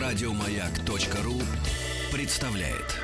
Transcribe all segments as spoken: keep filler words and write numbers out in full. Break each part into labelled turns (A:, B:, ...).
A: Радиомаяк.ру представляет.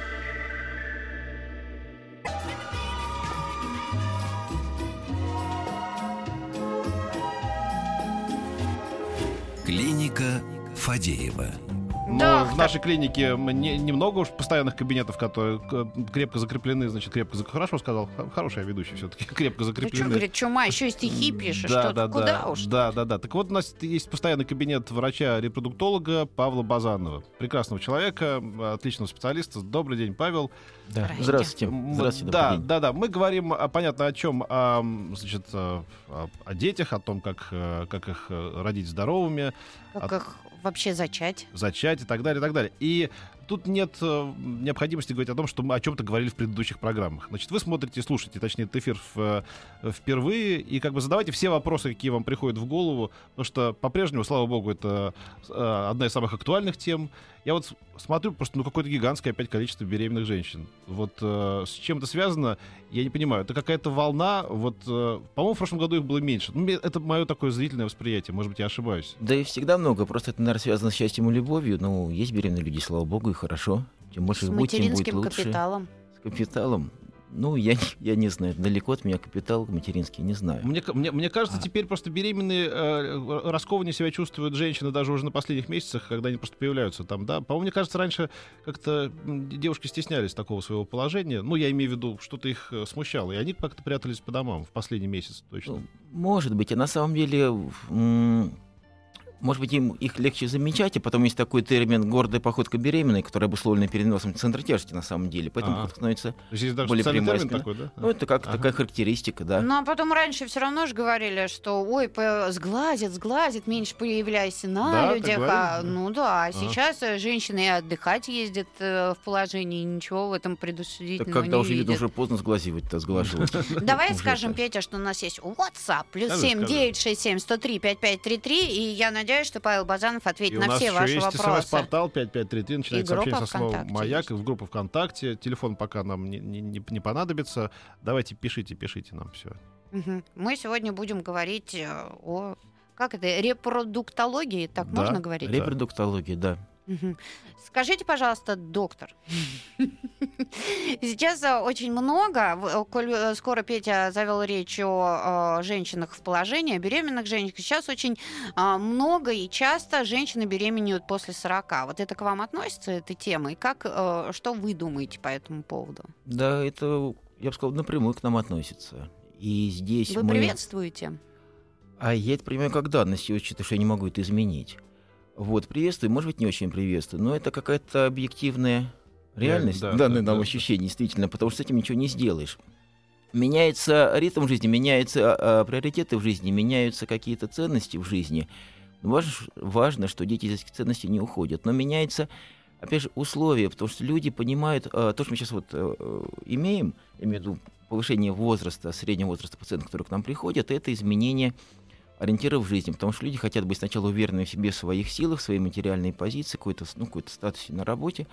A: Клиника Фадеева.
B: Но
C: Да,
B: в нашей клинике не, немного уж постоянных кабинетов, которые крепко закреплены, значит, крепко зак... Хорошо сказал, хорошая ведущая все-таки, крепко
C: Ты что,
B: закреплены.
C: говорит, чума, еще и стихи пишешь,
B: Да,
C: что
B: да,
C: куда
B: да,
C: уж?
B: да, да, да. Так вот, у нас есть постоянный кабинет врача-репродуктолога Павла Базанова. Прекрасного человека, отличного специалиста. Добрый день, Павел.
D: Да.
C: Здравствуйте.
D: Здравствуйте.
B: М,
D: Здравствуйте,
B: Да,
D: добрый день.
B: да, да. Мы говорим, а, понятно, о чем, о, значит, о, о детях, о том, как, э, как их э, родить здоровыми,
C: Как
B: от-
C: их вообще зачать?
B: зачать и так далее, и так далее. И тут нет э, необходимости говорить о том, что мы о чем-то говорили в предыдущих программах. Значит, вы смотрите, слушаете, точнее, этот эфир в, э, впервые, и как бы задавайте все вопросы, какие вам приходят в голову, потому что по-прежнему, слава богу, это э, одна из самых актуальных тем. Я вот с- смотрю просто, ну, какое-то гигантское опять количество беременных женщин. Вот э, с чем это связано, я не понимаю. Это какая-то волна, вот, э, по-моему, в прошлом году их было меньше. Ну, мне- это мое такое зрительное восприятие, может быть, я ошибаюсь.
D: Да и всегда много. Просто это, наверное, связано с счастьем и любовью. Ну, есть беременные люди, слава богу, и хорошо. Чем больше
C: С
D: их будет, тем будет
C: материнским
D: лучше.
C: капиталом.
D: С капиталом. Ну, я, не- я не знаю. Далеко от меня капитал материнский, не знаю.
B: Мне, ка- мне, мне кажется,
D: А.
B: теперь просто беременные э, раскованнее себя чувствуют женщины даже уже на последних месяцах, когда они просто появляются там, да. По-моему, мне кажется, раньше как-то м, девушки стеснялись такого своего положения. Ну, я имею в виду, что-то их э, смущало, и они как-то прятались по домам в последний месяц точно.
D: Ну, может быть. А на самом деле, м, может быть, им их легче замечать, а потом есть такой термин «гордая походка беременной», который обусловлен переносом центра тяжести на самом деле. Поэтому
B: Ага.
D: походка становится...
B: То есть есть даже
D: более
B: специальный
D: прямая
B: термин
D: спина.
B: такой, да?
D: Ну, это как
B: Ага.
D: такая характеристика, да.
C: Ну, а потом раньше все равно же говорили, что ой, по- сглазит, сглазит, меньше появляйся на
B: Да, так
C: людях.
B: говорили,
C: А,
B: да.
C: ну да, а
B: Ага.
C: сейчас э, женщины и отдыхать ездят э, в положении, ничего в этом
D: Так
C: предусудительного
D: когда
C: не
D: уже видно,
C: видят.
D: уже поздно сглазивать-то, сглаживать.
C: Давай
D: Уже
C: скажем,
D: это.
C: Петя, что у нас есть WhatsApp, плюс
B: Скажи,
C: семь
B: скажи.
C: девять шесть семь сто три пять пять три три, и я надеюсь, что Павел Базанов ответит
B: И у
C: на
B: нас
C: все
B: еще
C: ваши
B: есть
C: вопросы.
B: смс-портал пять пять три три, начинается
C: И группа
B: сообщение со словом
C: ВКонтакте
B: «Маяк»,
C: есть.
B: и в группу ВКонтакте. Телефон пока нам не, не- не- не понадобится. Давайте пишите, пишите нам все.
C: Мгм. Мы сегодня будем говорить э, о... Как это? Репродуктологии, так
B: Да.
C: можно говорить?
D: Репродуктология, да.
C: Мгм. Скажите, пожалуйста, доктор, сейчас э, очень много, в- э, коль э, скоро Петя завел речь о э, женщинах в положении, о беременных женщинах, сейчас очень э, много и часто женщины беременеют после сорока. Вот это к вам относится, эта тема? И как, э, что вы думаете по этому поводу?
D: Да, это, я бы сказал, напрямую к нам относится. И здесь
C: Вы
D: мы...
C: приветствуете?
D: А я это принимаю как данность, и учитывая, что я не могу это изменить. Вот, приветствую, может быть, не очень приветствую, но это какая-то объективная реальность,
B: да,
D: данное
B: да,
D: нам
B: да.
D: ощущение, действительно, потому что с этим ничего не сделаешь. Меняется ритм жизни, меняются а, приоритеты в жизни, меняются какие-то ценности в жизни. Важно, важно, что дети из этих ценностей не уходят, но меняется, опять же, условия, потому что люди понимают, а, то, что мы сейчас вот а, имеем, я имею в виду повышение возраста, среднего возраста пациентов, которые к нам приходят, это изменение ориентиров в жизни, потому что люди хотят быть сначала уверены в себе, в своих силах, в своей материальной позиции, какой-то, ну, какой-то статусе на работе,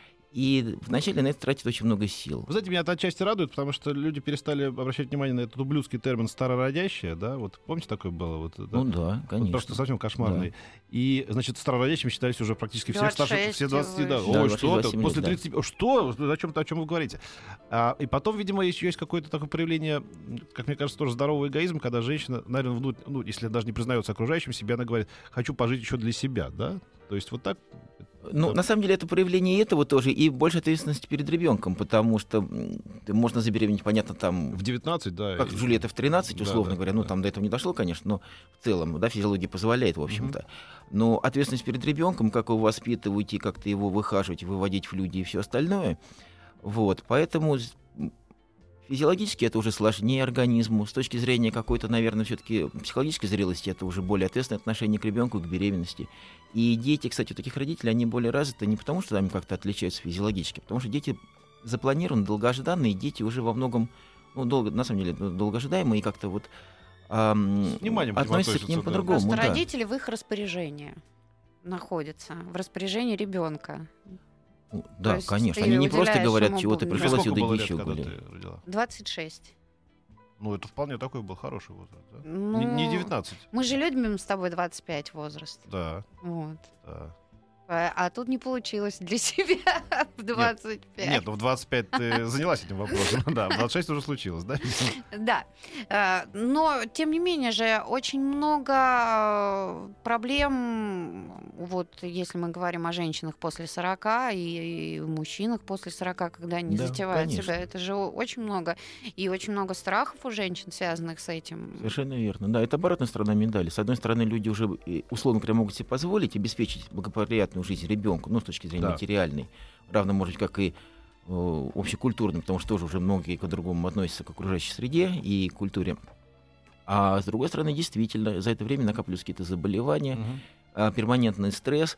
D: и вначале на это тратят очень много сил.
B: Вы знаете, меня это отчасти радует, потому что люди перестали обращать внимание на этот ублюдский термин «старородящая», да? Вот помните, такое было? Вот, да?
D: Ну да,
B: Вот
D: конечно.
B: просто совсем кошмарный. И, значит, старородящими считались уже практически все старше,
C: двадцать шесть
B: все двадцать, да.
C: выше.
D: Да,
B: Ой,
D: двадцать
B: что
D: восемь
B: то
D: лет,
B: после
D: да.
B: тридцати... О, что? О чем, о чем вы говорите? А, и потом, видимо, еще есть какое-то такое проявление, как мне кажется, тоже здорового эгоизма, когда женщина, наверное, внут... ну, если даже не признается окружающим себе, она говорит, хочу пожить еще для себя, да? То есть вот так...
D: Ну,
B: Да.
D: на самом деле, это проявление этого тоже, и больше ответственности перед ребенком, потому что м, можно забеременеть, понятно, там,
B: В девятнадцать, да.
D: как
B: и-
D: Джульетта в тринадцать,
B: Да,
D: условно
B: да,
D: говоря, ну,
B: да.
D: там до этого не дошло, конечно, но в целом, да, физиология позволяет, в общем-то. Но ответственность перед ребенком, как его воспитывать и как-то его выхаживать, выводить в люди и все остальное, вот, поэтому с- м, физиологически это уже сложнее организму, с точки зрения какой-то, наверное, все-таки психологической зрелости, это уже более ответственное отношение к ребенку, к беременности. И дети, кстати, у таких родителей, они более развиты не потому, что они как-то отличаются физиологически, потому что дети запланированы, долгожданные, дети уже во многом, ну, долго, на самом деле, долгожидаемые, и как-то вот ам,
B: С вниманием к ним
D: относятся к ним
B: относятся, да.
D: по-другому.
C: Просто
D: да.
C: родители в их распоряжении находятся, в распоряжении ребенка.
D: Ну,
C: То
D: Да,
C: есть
D: конечно.
C: ты
D: Они не просто
C: уделяешь
D: говорят,
C: ему
D: чего ты
C: помощь.
D: пришел
B: Сколько
D: отсюда,
B: было
D: иди
B: лет,
D: еще
B: когда
D: гуляй.
B: ты родила?
C: двадцать шесть.
B: Ну, это вполне такой был хороший возраст, да?
C: Ну,
B: Не, не девятнадцать.
C: Мы же любим с тобой двадцать пять возраст.
B: Да,
C: Вот.
B: да.
C: А, а тут не получилось для себя в двадцать пять.
B: Нет, ну в двадцать пять ты занялась этим вопросом. Да, в двадцать шесть уже случилось, да?
C: Да. Э, Но, тем не менее же, очень много э, проблем, вот если мы говорим о женщинах после сорока и, и мужчинах после сорока, когда они
D: Да,
C: затевают
D: конечно.
C: себя, это же о- очень много. И очень много страхов у женщин, связанных с этим.
D: Совершенно верно. Да, это обратная сторона медали. С одной стороны, люди уже, э, условно говоря, могут себе позволить обеспечить благоприятную жизнь ребенку, ну, с точки зрения
B: Да.
D: материальной, равно, может быть, как и э, общекультурной, потому что тоже уже многие по-другому относятся к окружающей среде и культуре. А с другой стороны, действительно, за это время накапливаются какие-то заболевания,
B: Мгм.
D: а, перманентный стресс,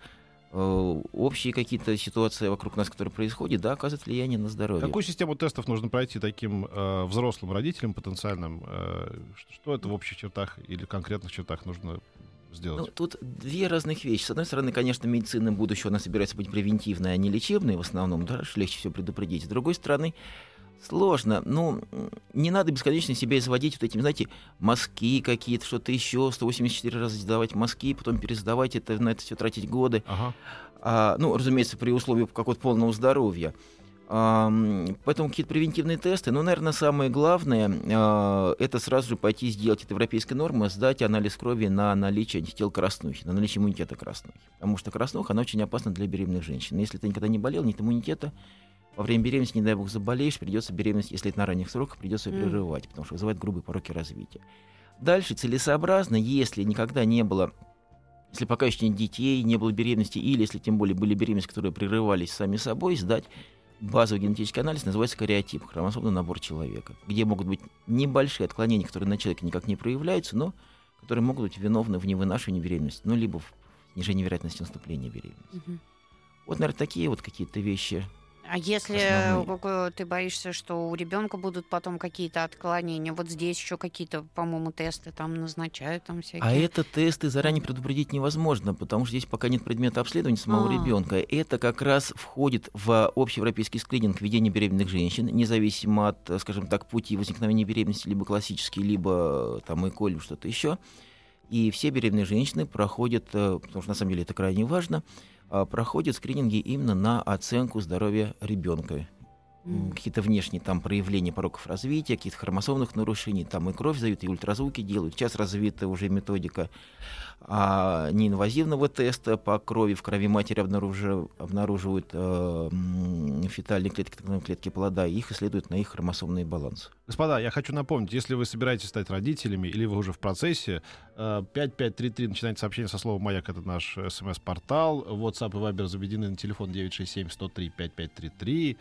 D: э, общие какие-то ситуации вокруг нас, которые происходят, да, оказывают влияние на здоровье.
B: Какую систему тестов нужно пройти таким э, взрослым родителям потенциальным? Э, что, что это в общих чертах или конкретных чертах нужно
D: Ну,
B: сделать?
D: тут две разных вещи. С одной стороны, конечно, медицина будущего, она собирается быть превентивной, а не лечебной в основном, да, что легче все предупредить. С другой стороны, сложно. Ну, не надо бесконечно себя изводить вот этими, знаете, мазки какие-то, что-то еще, сто восемьдесят четыре раза сдавать мазки, потом пересдавать это, на это все тратить годы.
B: Ага.
D: А, ну, разумеется, при условии какого-то полного здоровья. А, м, поэтому какие-то превентивные тесты. Но, наверное, самое главное, а, это сразу же пойти сделать это европейской нормы, сдать анализ крови на наличие антител краснухи, на наличие иммунитета краснухи. Потому что краснуха, она очень опасна для беременных женщин. Если ты никогда не болел, нет иммунитета, во время беременности, не дай бог, заболеешь, придется беременность, если это на ранних сроках, придется
C: Мгм.
D: прерывать, потому что вызывает грубые пороки развития. Дальше целесообразно, если никогда не было, если пока еще нет детей, не было беременности, или если тем более были беременности, которые прерывались сами собой, сдать базовый генетический анализ, называется кариотип, хромосомный набор человека, где могут быть небольшие отклонения, которые на человеке никак не проявляются, но которые могут быть виновны в невынашивании беременности, ну, либо в снижении вероятности наступления беременности.
C: Мгм.
D: Вот, наверное, такие вот какие-то вещи.
C: А если
D: Основные.
C: э, ты боишься, что у ребенка будут потом какие-то отклонения, вот здесь еще какие-то, по-моему, тесты там назначают, там всякие.
D: А это тесты заранее предупредить невозможно, потому что здесь пока нет предмета обследования самого
C: А.
D: ребенка. Это как раз входит в общеевропейский скрининг ведения беременных женщин, независимо от, скажем так, пути возникновения беременности, либо классический, либо там ЭКО, или что-то еще. И все беременные женщины проходят, э, потому что на самом деле это крайне важно, а, проходят скрининги именно на оценку здоровья ребенка. М,
C: М.
D: Какие-то внешние там проявления пороков развития, каких-то хромосомных нарушений, там и кровь сдают, и ультразвуки делают. Сейчас развита уже методика а, неинвазивного теста по крови. В крови матери обнаружи- обнаруживают э, м, фетальные клетки, так называемые клетки плода, и их исследуют на их хромосомный баланс.
B: Господа, я хочу напомнить, если вы собираетесь стать родителями или вы уже в процессе, э, пять пять три три начинайте сообщение со словом «Маяк», это наш смс-портал. WhatsApp и Viber заведены на телефон девять шесть семь сто три пять пять три три.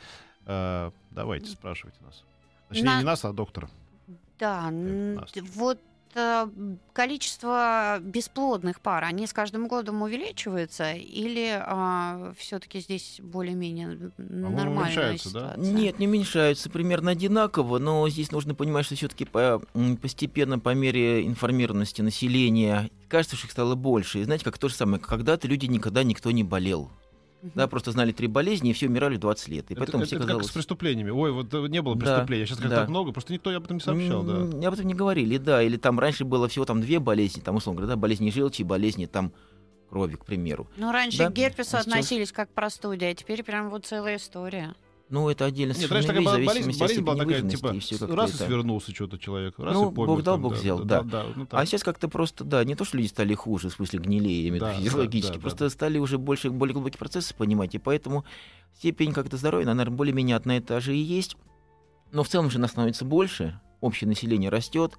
B: Э, Давайте, спрашивайте нас. Точнее,
C: На-
B: не нас, а доктора.
C: Да, н-
B: нас.
C: т- вот э, количество бесплодных пар, они с каждым годом увеличиваются или все-таки здесь более-менее нормальная
B: уменьшаются, да?
C: ситуация?
D: Нет, не уменьшаются, примерно одинаково, но здесь нужно понимать, что все-таки по, м, постепенно, по мере информированности населения, кажется, что их стало больше. И знаете, как то же самое, когда-то люди никогда никто не болел.
C: Мгм.
D: Да, просто знали три болезни, и все умирали в двадцать лет. И
B: Это,
D: поэтому
B: это-
D: все
B: это
D: казалось...
B: как с преступлениями. Ой, вот э, не было
D: Да,
B: преступления, сейчас как
D: да.
B: так много, просто никто об этом не сообщал, да.
D: М, Об этом не говорили, да. Или там раньше было всего там две болезни, там, условно говоря, да, болезни желчи и болезни там крови, к примеру.
C: Ну, раньше
D: Да,
C: к герпесу
D: а сейчас-
C: относились как к простуде, а теперь прям вот целая история.
D: Ну, это отдельно
B: Нет,
D: совершенно
B: раньше такая
D: вещь, в
B: была
D: зависимости
B: болезнь,
D: от
B: болезнь была
D: степени
B: такая,
D: выраженности,
B: типа,
D: и всё как-то
B: раз и
D: это.
B: свернулся что-то человек, раз
D: Ну,
B: и помер.
D: Бог дал,
B: там,
D: Бог взял, да.
B: ну, так.
D: А сейчас как-то просто, да, не то, что люди стали хуже, в смысле гнилее, я имею в виду
B: Да, да,
D: физиологически,
B: да, да,
D: просто
B: да.
D: стали уже больше, более глубокие процессы понимать, и поэтому степень как-то здоровья, она, наверное, более-менее одна и та же и есть, но в целом же нас становится больше, общее население растет,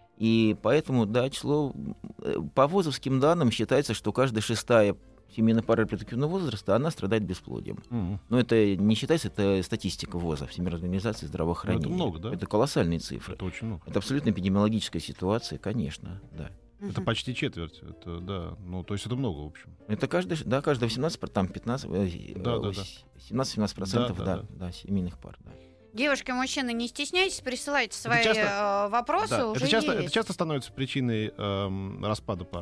D: и поэтому, да, число, э, по ВОЗовским данным считается, что каждая шестая семейная пара репродуктивного возраста, она страдает бесплодием.
B: Мгм.
D: Но это не считается, это статистика ВОЗа, Всемирной организации здравоохранения.
B: Ну, это много, да?
D: Это колоссальные цифры.
B: Это очень много.
D: Это абсолютно эпидемиологическая ситуация, конечно, да.
B: Это
C: Мгм.
B: почти четверть. Это, да. Ну, то есть это много, в общем.
D: Это каждый, да, каждый восемнадцать, там пятнадцать, э,
B: Да, да, да.
D: семнадцать-семнадцать процентов,
B: Да,
D: да,
B: да,
D: да, семейных пар, да.
C: Девушки, мужчины, не стесняйтесь, присылайте свои
B: часто-
C: э, вопросы,
B: Да.
C: уже
B: Это, часто,
C: есть.
B: это часто становится причиной эм, распада пар.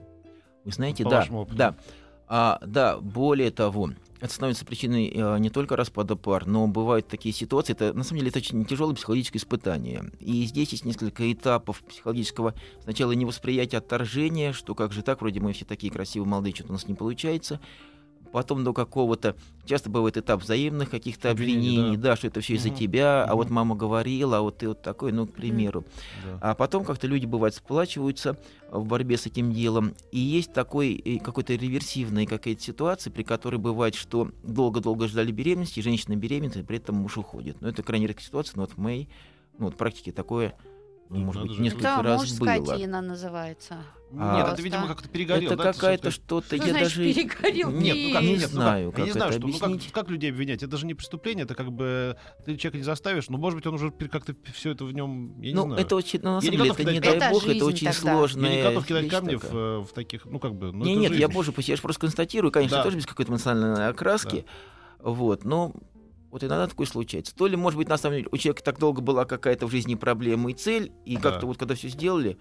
D: Вы знаете,
B: По
D: да,
B: вашему опыту.
D: да, а, да, более того, это становится причиной э, не только распада пар, но бывают такие ситуации, это на самом деле это очень тяжелое психологическое испытание. И здесь есть несколько этапов психологического, сначала невосприятия, отторжения, что как же так, вроде мы все такие красивые, молодые, что-то у нас не получается. потом до какого-то, часто бывает этап взаимных каких-то
B: Обвинений,
D: обвинений,
B: да.
D: да, что это все из-за
B: Мгм.
D: тебя, а
B: Мгм.
D: вот мама говорила, а вот ты вот такой, ну, к примеру.
B: Да.
D: А потом как-то люди, бывает, сплачиваются в борьбе с этим делом. И есть такой э, какой-то реверсивная какая-то ситуация, при которой бывает, что долго-долго ждали беременности, и женщина беременна, и при этом муж уходит. Но это крайне редкая ситуация, но вот в моей ну, вот, практике такое, ну,
B: Ну,
D: может
B: надо
D: быть,
B: же,
D: несколько
C: Да,
D: раз
C: муж
D: было.
C: скотина называется.
D: А,
B: Нет,
C: просто.
B: это, видимо, как-то перегорел.
D: Это
B: да,
D: какая-то
B: что-то-
D: что-то,
C: Что
D: я
C: значит
D: даже...
C: перегорел?
B: Нет, ну как,
D: Не
B: нет, ну как,
D: знаю,
B: я
D: как
B: не знаю,
D: это
B: что, ну как,
D: объяснить.
B: как людей обвинять? Это же не преступление, это как бы ты человека не заставишь, но может быть он уже пер- как-то все это в нем, я не
D: Ну,
B: знаю.
D: это очень, ну, на
B: Я
D: самом
B: не
D: деле,
B: готов
D: это не
B: кидать
D: дай
C: камни.
D: бог,
C: Это
D: это очень
C: жизнь тогда.
D: сложная
B: Я не готов кидать
D: вещь
B: камни в,
D: такая.
B: э, в таких, ну как бы, ну
D: Не,
B: это
D: нет,
B: жизнь.
D: я боже, я же просто констатирую, конечно,
B: Да.
D: тоже без какой-то эмоциональной окраски. Вот, но вот иногда такое случается. То ли, может быть, на самом деле, у человека так долго была какая-то в жизни проблема и цель, и
B: Да.
D: как-то вот когда все сделали,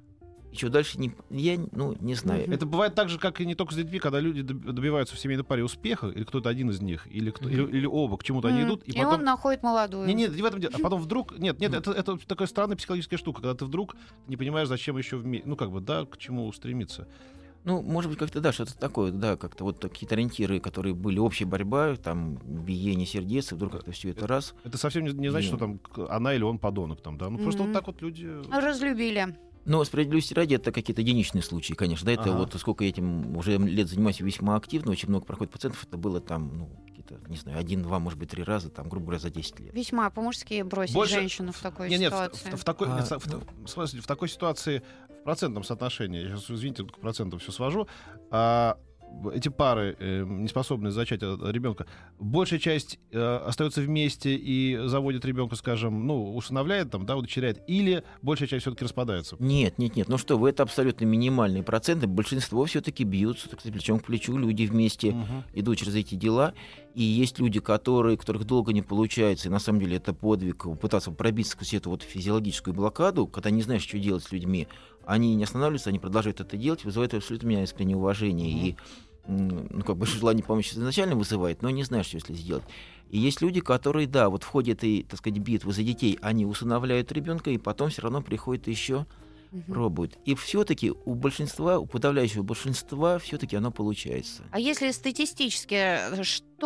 D: еще дальше не, я, ну, не знаю.
C: Мгм.
B: Это бывает так же, как и не только с детьми, когда люди доб- добиваются в семейной паре успеха, или кто-то один из них, или, кто, или, или оба к чему-то они
C: М,
B: идут, и,
C: И
B: потом...
C: он находит молодую.
B: Не, нет, не в этом дело. А потом вдруг... Нет, нет, это, это такая странная психологическая штука, когда ты вдруг не понимаешь, зачем еще вместе... Ну, как бы, да, к чему стремиться.
D: Ну, может быть, как-то, да, что-то такое, да, как-то вот какие-то ориентиры, которые были общая борьба, там, биение сердец, и вдруг как-то все это раз.
B: Это совсем не, не значит,
D: Не.
B: что там к- она или он подонок. Там, да? Ну, просто
C: Мгм.
B: вот так вот люди...
C: Разлюбили.
D: Но справедливости ради, это какие-то единичные случаи, конечно. Да, это
B: Ага.
D: вот сколько я этим уже лет занимаюсь весьма активно, очень много проходит пациентов, это было там, ну, какие-то, не знаю, один, два, может быть, три раза, там, грубо говоря, за десять лет.
C: Весьма по-мужски бросить
B: Больше-
C: женщину в такой
B: Нет, нет, в,
C: ситуации.
B: в- в такой,
D: А,
B: нет, в,
D: ну.
B: в смысле, в такой ситуации в процентном соотношении, я сейчас, извините, к процентам все свожу, а, эти пары, э, не способные зачать ребенка, большая часть э, остается вместе и заводит ребенка, скажем, ну, усыновляет, там, да, удочеряет, или большая часть все-таки распадается.
D: Нет, нет, нет, ну что вы, это абсолютно минимальные проценты, большинство все-таки бьются, так сказать, плечом к плечу, люди вместе
B: Мгм.
D: идут через эти дела, и есть люди, которые, у которых долго не получается, и на самом деле это подвиг, пытаться пробиться сквозь эту вот физиологическую блокаду, когда не знаешь, что делать с людьми, они не останавливаются, они продолжают это делать, вызывает абсолютно у меня искреннее уважение,
B: Мгм.
D: и м, ну, как бы желание помощи изначально вызывает, но не знаешь, что если сделать. И есть люди, которые, да, вот в ходе этой, так сказать, битвы за детей, они усыновляют ребенка, и потом все равно приходят еще
C: Мгм.
D: пробуют. И все-таки у большинства, у подавляющего большинства, все-таки оно получается.
C: А если статистически,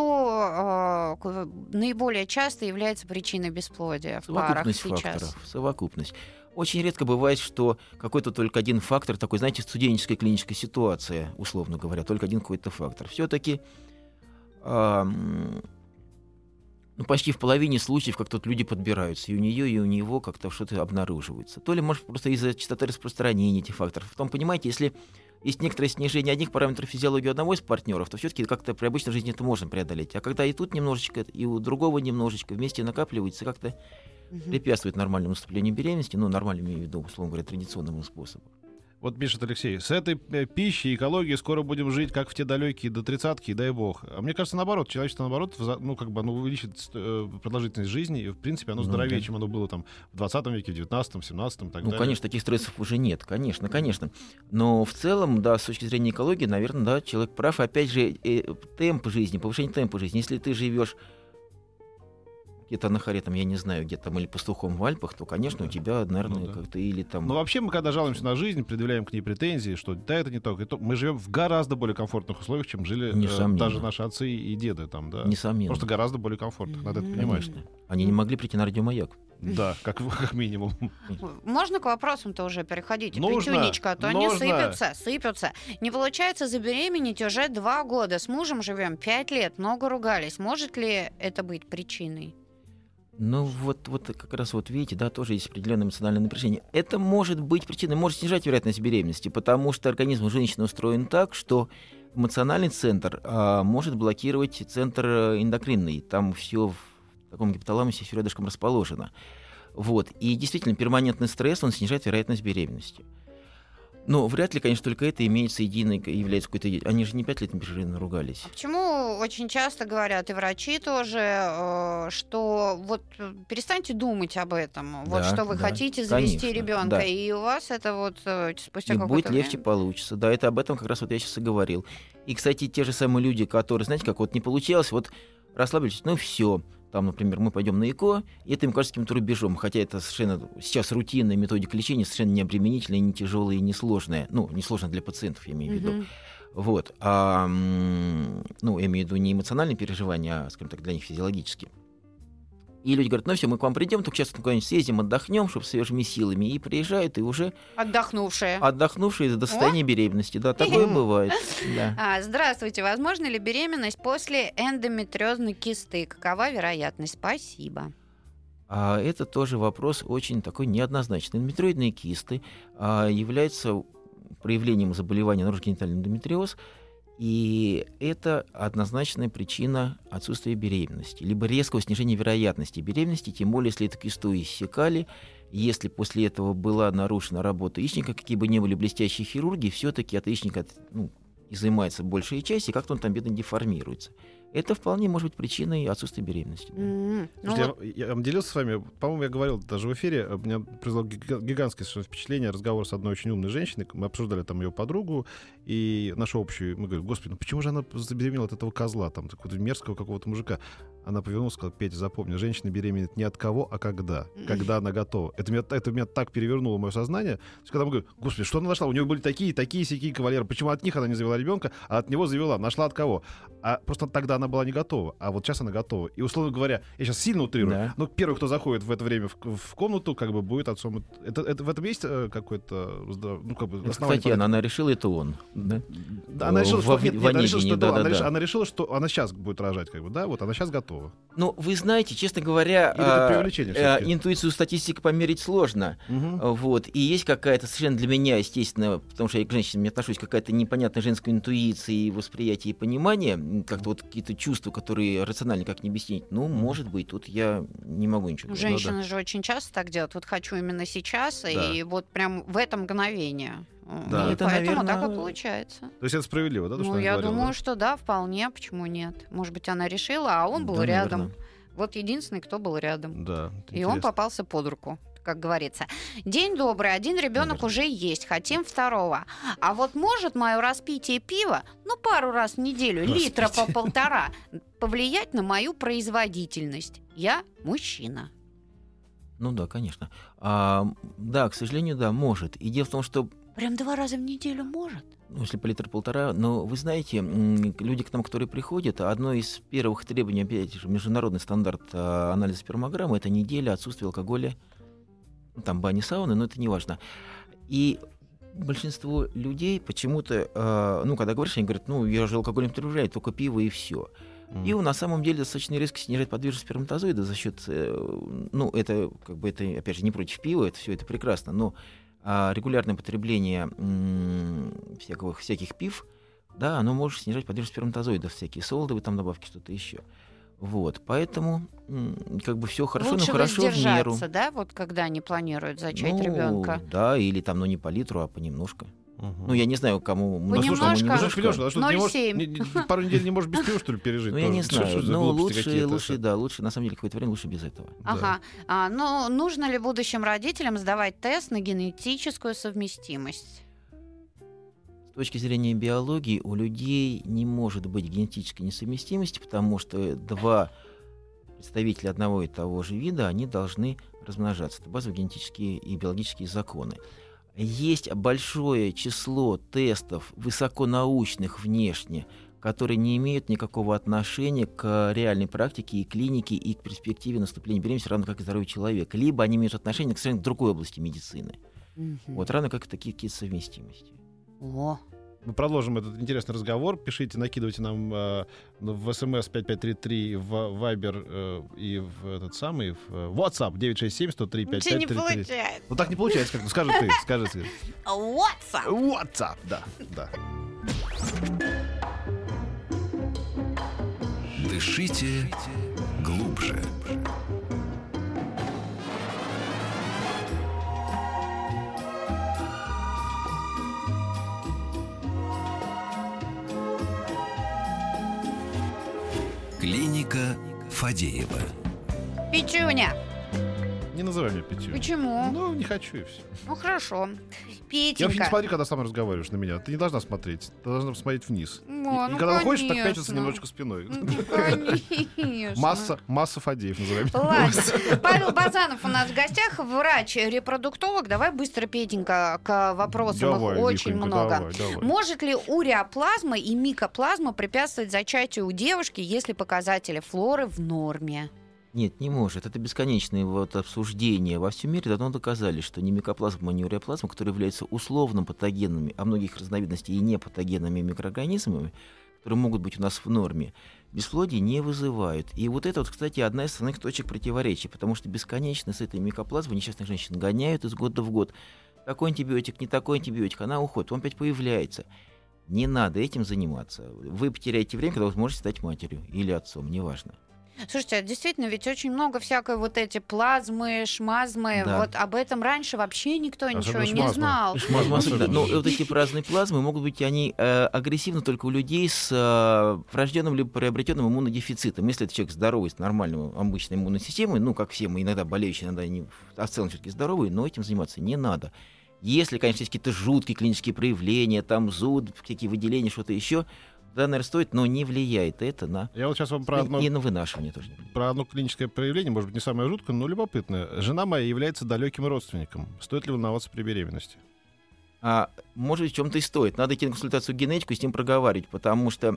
C: что э, ко- наиболее часто является причиной бесплодия в парах
D: Совокупность
C: сейчас?
D: факторов. Совокупность. Очень редко бывает, что какой-то только один фактор, такой, знаете, студенческая клиническая ситуация, условно говоря, только один какой-то фактор. Все-таки ну, почти в половине случаев как-то вот люди подбираются, и у нее, и у него как-то что-то обнаруживается. То ли, может, просто из-за частоты распространения этих факторов. Потом, понимаете, если есть некоторое снижение одних параметров физиологии у одного из партнеров, то все-таки как-то при обычной жизни это можно преодолеть. А когда и тут немножечко, и у другого немножечко вместе накапливается, как-то
C: Мгм.
D: препятствует нормальному наступлению беременности, ну, нормальному, имею в виду, условно говоря, традиционному способу.
B: Вот пишет Алексей, с этой э, пищей, экологией скоро будем жить, как в те далекие до тридцатки, и дай бог. А мне кажется, наоборот, человечество, наоборот, вза- ну, как бы оно увеличит э, продолжительность жизни, и, в принципе, оно
D: Ну,
B: здоровее,
D: да.
B: чем оно было там в двадцатом веке, в девятнадцатом, семнадцатом и так
D: Ну,
B: далее.
D: конечно, таких стрессов уже нет, конечно, конечно. Но в целом, да, с точки зрения экологии, наверное, да, человек прав. Опять же, э, темп жизни, повышение темпа жизни. Если ты живешь где-то на хоре, там, я не знаю, где-то там, или пастухом в Альпах, то, конечно, у тебя, наверное,
B: Ну да.
D: как-то или там...
B: Но вообще мы, когда жалуемся на жизнь, предъявляем к ней претензии, что да, это не то, и то, мы живем в гораздо более комфортных условиях, чем жили э,
D: Несомненно.
B: даже наши отцы и деды там, да.
D: Несомненно.
B: Просто гораздо более комфортных, надо это
C: Мгм.
B: понимать.
D: Конечно. Они не могли прийти на радиомаяк.
B: Да, как, как минимум.
C: Можно к вопросам-то уже переходить?
B: Нужно,
C: Петюнечка, а то они
B: нужно.
C: сыпятся, сыпятся. Не получается забеременеть уже два года. С мужем живем пять лет, много ругались. Может ли это быть причиной?
D: Ну, вот, вот как раз вот видите, да, тоже есть определенное эмоциональное напряжение. Это может быть причиной, может снижать вероятность беременности, потому что организм у женщины устроен так, что эмоциональный центр а, может блокировать центр эндокринный. Там все в таком гипоталамусе, все рядышком расположено. Вот. И действительно, перманентный стресс, он снижает вероятность беременности. Но вряд ли, конечно, только это имеется единой, является какой-то... Они же не пять лет непрерывно ругались.
C: А почему очень часто говорят, и врачи тоже, э, что вот э, перестаньте думать об этом, вот
D: Да,
C: что вы
D: да,
C: хотите завести
D: конечно,
C: ребенка,
D: да.
C: и у вас это вот э, спустя
D: И
C: какое-то
D: будет
C: время...
D: легче получится. Да, это об этом как раз вот я сейчас и говорил. И, кстати, те же самые люди, которые, знаете, как вот не получалось, вот расслабились, ну все. Там, например, мы пойдем на ЭКО, и это им кажется каким-то рубежом, хотя это совершенно сейчас рутинная методика лечения, совершенно не обременительная, не тяжелая и не сложная. Ну, не сложная для пациентов, я имею в виду.
C: Мгм.
D: Вот. А, м, ну, я имею в виду не эмоциональные переживания, а, скажем так, для них физиологические. И люди говорят, ну все, мы к вам придем, только сейчас куда-нибудь съездим, отдохнем, чтобы свежими силами. И приезжают, и уже
C: Отдохнувшие.
D: отдохнувшие до состояния беременности. Да, такое бывает. Да.
C: А, здравствуйте. Возможно ли беременность после эндометриозной кисты? Какова вероятность? Спасибо.
D: А это тоже вопрос очень такой неоднозначный. Эндометриозные кисты а, являются проявлением заболевания наружно-генитальный эндометриоз, и это однозначная причина отсутствия беременности, либо резкого снижения вероятности беременности, тем более, если эту кисту иссекали, если после этого была нарушена работа яичника, какие бы ни были блестящие хирурги, все-таки от яичника ну, изымается большая часть, и как-то он там бедно деформируется. Это вполне может быть причиной отсутствия беременности. Да.
C: М, ну
B: Слушайте,
C: вот,
B: я, я вам делился с вами, по-моему, я говорил даже в эфире, у меня произвело гига- гигантское совершенно впечатление разговор с одной очень умной женщиной, мы обсуждали там ее подругу и нашу общую, мы говорим, господи, ну почему же она забеременела от этого козла, там, такого мерзкого какого-то мужика? Она повернулась и сказала, Петя, запомни, женщина беременеет не от кого, а когда, когда она готова. Это меня, это меня так перевернуло мое сознание, то есть, когда мы говорим, господи, что она нашла? У нее были такие, такие, сякие кавалеры, почему от них она не завела ребенка, а от него завела? Нашла от кого? А просто тогда она была не готова, а вот сейчас она готова. И, условно говоря, я сейчас сильно утрирую,
D: Да.
B: но первый, кто заходит в это время в, в комнату, как бы будет отцом. Это, это, в этом есть э, какое-то, ну, как бы,
D: Это,
B: основание?
D: кстати, она, она решила, это он. Да?
B: Да, она решила, что,
D: в,
B: нет,
D: в
B: нет, она решила,
D: Онегине,
B: что, это он.
D: да,
B: она,
D: да,
B: решила,
D: да.
B: она решила, что она сейчас будет рожать, как бы, да, вот она сейчас готова.
D: Ну, вы знаете, честно говоря,
B: Или это
D: а,
B: преувеличение
D: а,
B: всё-таки?
D: интуицию статистики померить сложно.
B: Мгм.
D: Вот. И есть какая-то совершенно для меня, естественно, потому что я к женщинам не отношусь, какая-то непонятная женская интуиция и восприятие и понимание, м, как-то вот какие-то чувства, которые рационально как не объяснить. Ну, может быть, тут я не могу ничего
C: ну,
D: говорить.
C: женщины же очень часто так делают. Вот хочу именно сейчас,
B: Да.
C: и вот прям в это мгновение.
B: Да.
C: И
D: Это,
C: поэтому так и
D: наверно,
C: получается.
B: То есть это справедливо, да, то, что
C: Ну,
B: она
C: я
B: говорила,
C: думаю,
B: да?
C: что да, вполне. Почему нет? Может быть, она решила, а он был
D: Да,
C: рядом.
D: наверное.
C: Вот единственный, кто был рядом.
B: Да, это
C: И он
B: интересно.
C: попался под руку, как говорится. День добрый, один ребенок
D: Наверное.
C: уже есть, хотим второго. А вот может мое распитие пива, ну пару раз в неделю, литра по полтора, повлиять на мою производительность? Я мужчина.
D: Ну да, конечно. А, да, к сожалению, да, может. И дело в том, что
C: Прям два раза в неделю может?
D: ну, если по литр-полтора, но вы знаете, м, люди к нам, которые приходят, одно из первых требований, опять же, международный стандарт а, анализа спермограммы, это неделя отсутствия алкоголя, ну, там бани, сауны, но это не важно. И большинство людей почему-то, а, ну, когда говоришь, они говорят, ну, я же алкоголь не употребляю, только пиво и все.
B: Мгм.
D: Пиво на самом деле достаточно резко снижает подвижность сперматозоида за счет, э, ну, это, как бы, это, опять же, не против пива, это все это прекрасно, но а, регулярное потребление м, всякого, всяких пив, да, оно может снижать подвижность сперматозоидов, всякие солодовые там добавки, что-то еще. Вот, поэтому м, как бы все хорошо,
C: Лучше
D: но хорошо в меру.
C: воздержаться, да, вот когда они планируют зачать
D: Ну,
C: ребенка.
D: да, или там, ну, не по литру, а понемножку.
B: Мгм.
D: Ну, я не знаю, кому
C: Ну,
D: много, кому
C: немножко.
B: Ну, слушай,
D: немножко.
B: Лёша, а что, ты не
C: ноль
B: можешь,
C: семь.
B: не- не- пару недель не можешь без пива, что ли, пережить?
D: Ну, я
B: тоже?
D: не
B: Что-
D: знаю.
B: что за
D: Ну,
B: глупости
D: лучше,
B: какие-то?
D: лучше, да, лучше, на самом деле, какое-то время лучше без этого.
B: Да.
C: Ага. А, ну, нужно ли будущим родителям сдавать тест на генетическую совместимость?
D: С точки зрения биологии у людей не может быть генетической несовместимости, потому что два представителя одного и того же вида, они должны размножаться. Это базовые генетические и биологические законы. Есть большое число тестов высоконаучных внешне, которые не имеют никакого отношения к реальной практике и клинике, и к перспективе наступления беременности, равно как и здоровью человека. Либо они имеют отношение к совершенно другой области медицины.
C: Мгм.
D: Вот равно как и такие какие-то совместимости.
C: О,
B: Мы продолжим этот интересный разговор. Пишите, накидывайте нам э, в смс пять пять три три, в Viber э, и в этот самый, в э, WhatsApp девять шесть семь сто три пятьдесят
C: ничего
B: пять
C: не
B: тридцать три.
C: получается.
B: Ну так не получается, как скажи ты, скажи ты.
C: WhatsApp.
B: WhatsApp, да, да.
A: Дышите глубже. Клиника Фадеева.
C: Пичуня.
B: Не Не называй меня Петю.
C: Почему?
B: Ну, не хочу и все.
C: Ну, хорошо.
B: Я вообще не
C: Петенька.
B: смотри, когда со мной разговариваешь на меня. Ты не должна смотреть. Ты должна смотреть вниз.
C: О,
B: и
C: ну,
B: и когда выходишь, так
C: конечно.
B: пячиться немножечко спиной.
C: Ну, конечно.
B: Масса, масса Фадеев называем.
C: Ладно. Павел Базанов у нас в гостях, врач-репродуктолог. Давай быстро, Петенька, к вопросам.
B: Давай,
C: Их очень
B: Виконька,
C: много.
B: давай, давай.
C: Может ли уреоплазма и микоплазма препятствовать зачатию у девушки, если показатели флоры в норме?
D: Нет, не может. Это бесконечные вот обсуждения. Во всем мире давно доказали, что ни микоплазма, ни уреоплазма, которые являются условно патогенными, а многих разновидностей и непатогенными микроорганизмами, которые могут быть у нас в норме, бесплодие не вызывают. И вот это, вот, кстати, одна из основных точек противоречия, потому что бесконечно с этой микоплазмой несчастных женщин гоняют из года в год. Такой антибиотик, не такой антибиотик, она уходит, он опять появляется. Не надо этим заниматься. Вы потеряете время, когда вы сможете стать матерью или отцом, неважно.
C: Слушайте, а действительно, ведь очень много всякой вот эти плазмы, шмазмы.
D: Да.
C: Вот об этом раньше вообще никто ничего
B: Особенно
C: не
B: шмазмы.
C: знал.
B: Шмазмы особенно.
D: Но вот эти праздные плазмы могут быть, они э, агрессивны только у людей с э, врожденным либо приобретенным иммунодефицитом. Если это человек здоровый, с нормальной обычной иммунной системой, ну, как все мы, иногда болеющие, иногда не, а в целом все-таки здоровые, но этим заниматься не надо. Если, конечно, есть какие-то жуткие клинические проявления, там зуд, какие выделения, что-то еще, да, наверное, стоит, но не влияет это на...
B: Я вот сейчас вам про одно,
D: И на вынашивание тоже не влияет.
B: про одно клиническое проявление, может быть, не самое жуткое, но любопытное. Жена моя является далеким родственником. Стоит ли волноваться при беременности?
D: А, может быть, в чем-то и стоит. Надо идти на консультацию к генетику и с ним проговаривать, потому что,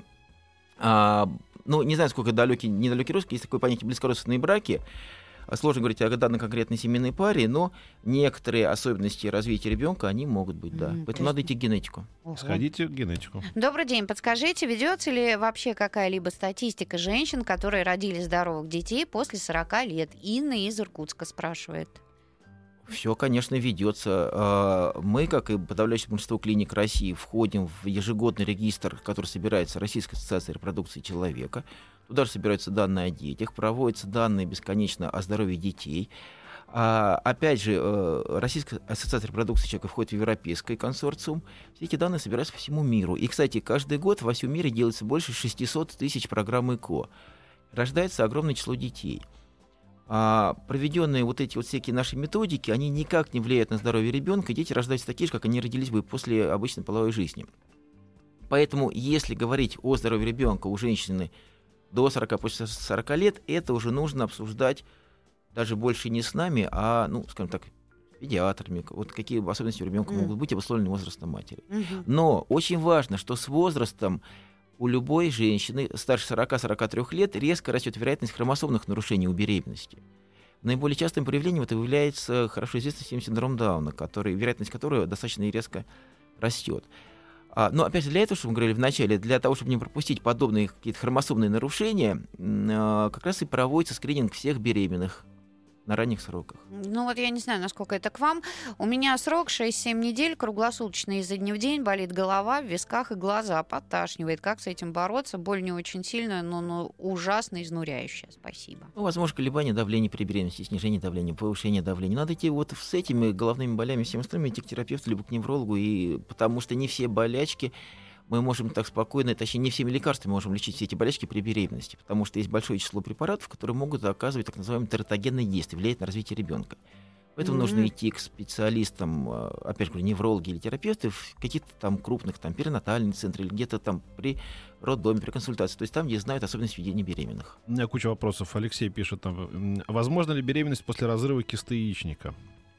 D: а, ну, не знаю, сколько далекий, недалекий родственник, есть такое понятие близкородственные браки. Сложно говорить о данной конкретной семейной паре, но некоторые особенности развития ребенка, они могут быть, да.
C: Мгм,
D: Поэтому
C: то
D: надо идти к генетику.
C: Ого.
B: Сходите к генетику.
C: Добрый день. Подскажите, ведется ли вообще какая-либо статистика женщин, которые родили здоровых детей после сорока лет? Инна из Иркутска спрашивает.
D: Все, конечно, ведется. Мы, как и подавляющее большинство клиник России, входим в ежегодный регистр, который собирается Российской ассоциацией репродукции человека. Туда же собираются данные о детях, проводятся данные бесконечно о здоровье детей. А, опять же, Российская ассоциация репродукции человека входит в европейский консорциум. Все эти данные собираются по всему миру. И, кстати, каждый год во всем мире делается больше шестьсот тысяч программ ЭКО. Рождается огромное число детей. А проведенные вот эти вот всякие наши методики, они никак не влияют на здоровье ребенка, и дети рождаются такие же, как они родились бы после обычной половой жизни. Поэтому, если говорить о здоровье ребенка у женщины до сорока, после сорока лет, это уже нужно обсуждать даже больше не с нами, а, ну, скажем так, с педиатрами, вот какие особенности у ребенка mm. могут быть обусловлены возрастом матери. Mm-hmm. Но очень важно, что с возрастом у любой женщины старше сорока-сорока трёх лет резко растет вероятность хромосомных нарушений у беременности. Наиболее частым проявлением это является хорошо известный синдром Дауна, который, вероятность которого достаточно резко растет. А, но опять же, для этого, что мы говорили в начале, для того, чтобы не пропустить подобные какие-то хромосомные нарушения, а, как раз и проводится скрининг всех беременных на ранних сроках.
C: Ну вот я не знаю, насколько это к вам. У меня срок шесть-семь недель, круглосуточно изо дня в день, болит голова, в висках и глаза, подташнивает. Как с этим бороться? Боль не очень сильная, но, но ужасно изнуряющая. Спасибо.
D: Ну, возможно, колебания давления при беременности, снижение давления, повышение давления. Надо идти вот с этими головными болями, всем остальным, идти к терапевту, либо к неврологу, и... потому что не все болячки мы можем так спокойно, точнее, не всеми лекарствами можем лечить все эти болячки при беременности, потому что есть большое число препаратов, которые могут оказывать так называемые тератогенные действия, влиять на развитие ребенка. Поэтому mm-hmm. нужно идти к специалистам, опять же говорю, неврологи или терапевты в каких-то там крупных, там, перинатальных центрах, или где-то там при роддоме, при консультации, то есть там, где знают особенности ведения беременных.
B: У меня куча вопросов. Алексей пишет там, возможно ли беременность после разрыва кисты яичника?